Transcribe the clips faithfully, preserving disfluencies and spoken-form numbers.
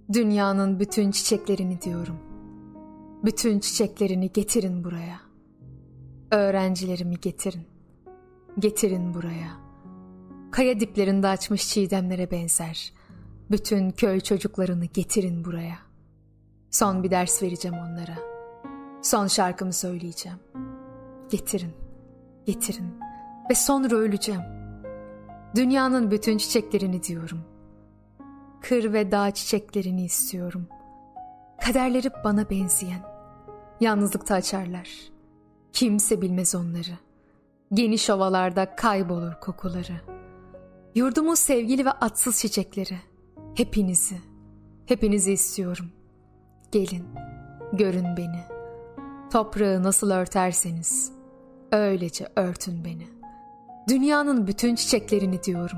Dünyanın bütün çiçeklerini diyorum. Bütün çiçeklerini getirin buraya. Öğrencilerimi getirin. Getirin buraya. Kaya diplerinde açmış çiğdemlere benzer. Bütün köy çocuklarını getirin buraya. Son bir ders vereceğim onlara. Son şarkımı söyleyeceğim. Getirin, getirin ve sonra öleceğim. Dünyanın bütün çiçeklerini diyorum. Kır ve dağ çiçeklerini istiyorum. Kaderleri bana benzeyen. Yalnızlıkta açarlar. Kimse bilmez onları. Geniş ovalarda kaybolur kokuları. Yurdumun sevgili ve atsız çiçekleri. Hepinizi, hepinizi istiyorum. Gelin, görün beni. Toprağı nasıl örterseniz, öylece örtün beni. Dünyanın bütün çiçeklerini diyorum.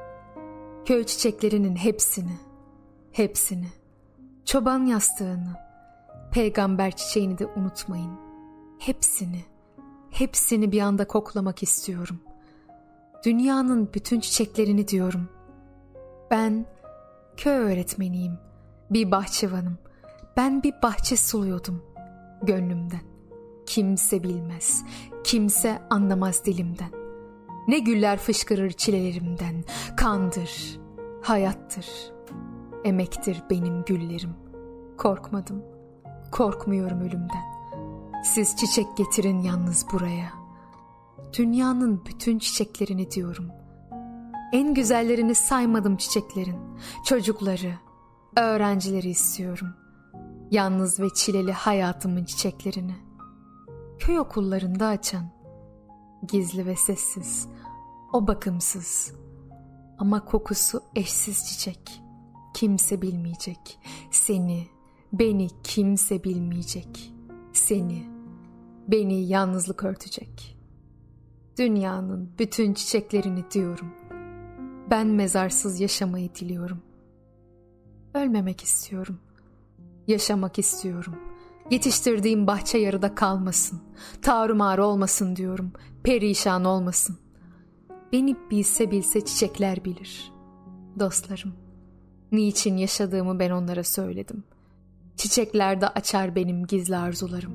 Köy çiçeklerinin hepsini, hepsini. Çoban yastığını, peygamber çiçeğini de unutmayın. Hepsini, hepsini bir anda koklamak istiyorum. Dünyanın bütün çiçeklerini diyorum. Ben köy öğretmeniyim, bir bahçıvanım. Ben bir bahçe suluyordum gönlümden. Kimse bilmez, kimse anlamaz dilimden. Ne güller fışkırır çilelerimden. Kandır, hayattır, emektir benim güllerim. Korkmadım, korkmuyorum ölümden. Siz çiçek getirin yalnız buraya. Dünyanın bütün çiçeklerini diyorum. En güzellerini saymadım çiçeklerin. Çocukları, öğrencileri istiyorum. Yalnız ve çileli hayatımın çiçeklerini. Köy okullarında açan, gizli ve sessiz, o bakımsız ama kokusu eşsiz çiçek. Kimse bilmeyecek. Seni, beni kimse bilmeyecek. Seni, beni yalnızlık örtecek. Dünyanın bütün çiçeklerini diyorum. Ben mezarsız yaşamayı diliyorum. Ölmemek istiyorum. Yaşamak istiyorum. Yetiştirdiğim bahçe yarıda kalmasın. Tarumar olmasın diyorum. Perişan olmasın. Beni bilse bilse çiçekler bilir. Dostlarım, niçin yaşadığımı ben onlara söyledim. Çiçeklerde açar benim gizli arzularım.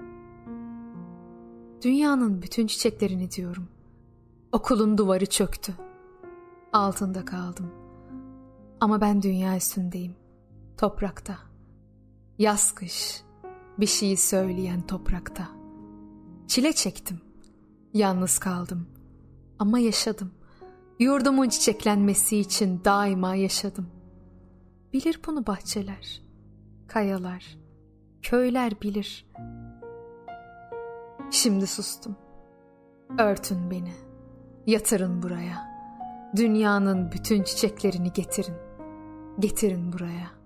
Dünyanın bütün çiçeklerini diyorum. Okulun duvarı çöktü. Altında kaldım. Ama ben dünya üstündeyim. Toprakta. Yaz kış bir şeyi söyleyen toprakta. Çile çektim. Yalnız kaldım. Ama yaşadım. Yurdumun çiçeklenmesi için daima yaşadım. Bilir bunu bahçeler, kayalar, köyler bilir. Şimdi sustum. Örtün beni. Yatırın buraya. Dünyanın bütün çiçeklerini getirin. Getirin buraya.